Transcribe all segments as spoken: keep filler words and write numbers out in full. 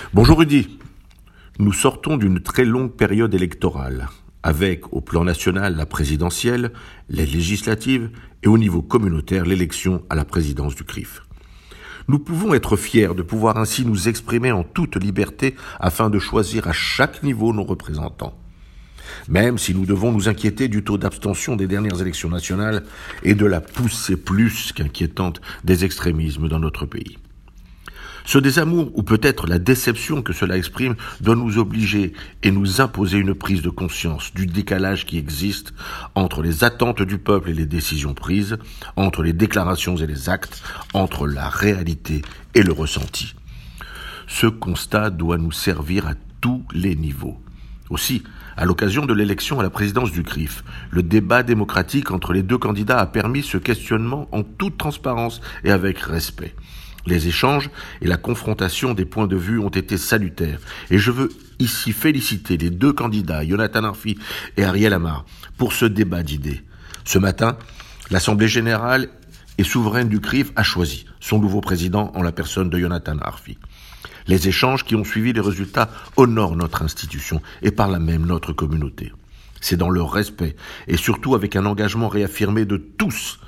Bonjour Rudy. Nous sortons d'une très longue période électorale, avec au plan national la présidentielle, les législatives et au niveau communautaire l'élection à la présidence du C R I F. Nous pouvons être fiers de pouvoir ainsi nous exprimer en toute liberté afin de choisir à chaque niveau nos représentants. Même si nous devons nous inquiéter du taux d'abstention des dernières élections nationales et de la poussée plus qu'inquiétante des extrémismes dans notre pays. Ce désamour, ou peut-être la déception que cela exprime, doit nous obliger et nous imposer une prise de conscience du décalage qui existe entre les attentes du peuple et les décisions prises, entre les déclarations et les actes, entre la réalité et le ressenti. Ce constat doit nous servir à tous les niveaux. Aussi, à l'occasion de l'élection à la présidence du C R I F, le débat démocratique entre les deux candidats a permis ce questionnement en toute transparence et avec respect. Les échanges et la confrontation des points de vue ont été salutaires et je veux ici féliciter les deux candidats, Yonatan Arfi et Ariel Amar, pour ce débat d'idées. Ce matin, l'Assemblée générale et souveraine du C R I F a choisi son nouveau président en la personne de Yonatan Arfi. Les échanges qui ont suivi les résultats honorent notre institution et par là même notre communauté. C'est dans le respect et surtout avec un engagement réaffirmé de tous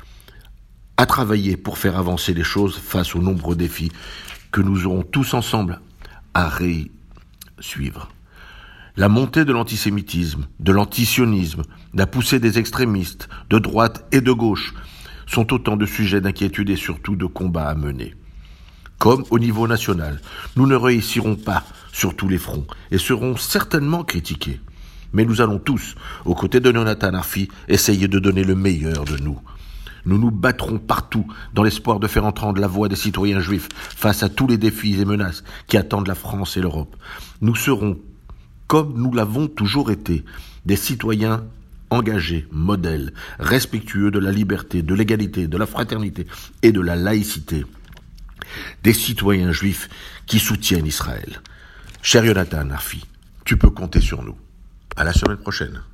à travailler pour faire avancer les choses face aux nombreux défis que nous aurons tous ensemble à suivre. La montée de l'antisémitisme, de l'antisionisme, la poussée des extrémistes, de droite et de gauche, sont autant de sujets d'inquiétude et surtout de combat à mener. Comme au niveau national, nous ne réussirons pas sur tous les fronts et serons certainement critiqués. Mais nous allons tous, aux côtés de Yonatan Arfi, essayer de donner le meilleur de nous. Nous nous battrons partout dans l'espoir de faire entendre la voix des citoyens juifs face à tous les défis et menaces qui attendent la France et l'Europe. Nous serons, comme nous l'avons toujours été, des citoyens engagés, modèles, respectueux de la liberté, de l'égalité, de la fraternité et de la laïcité. Des citoyens juifs qui soutiennent Israël. Cher Yonatan Arfi, tu peux compter sur nous. À la semaine prochaine.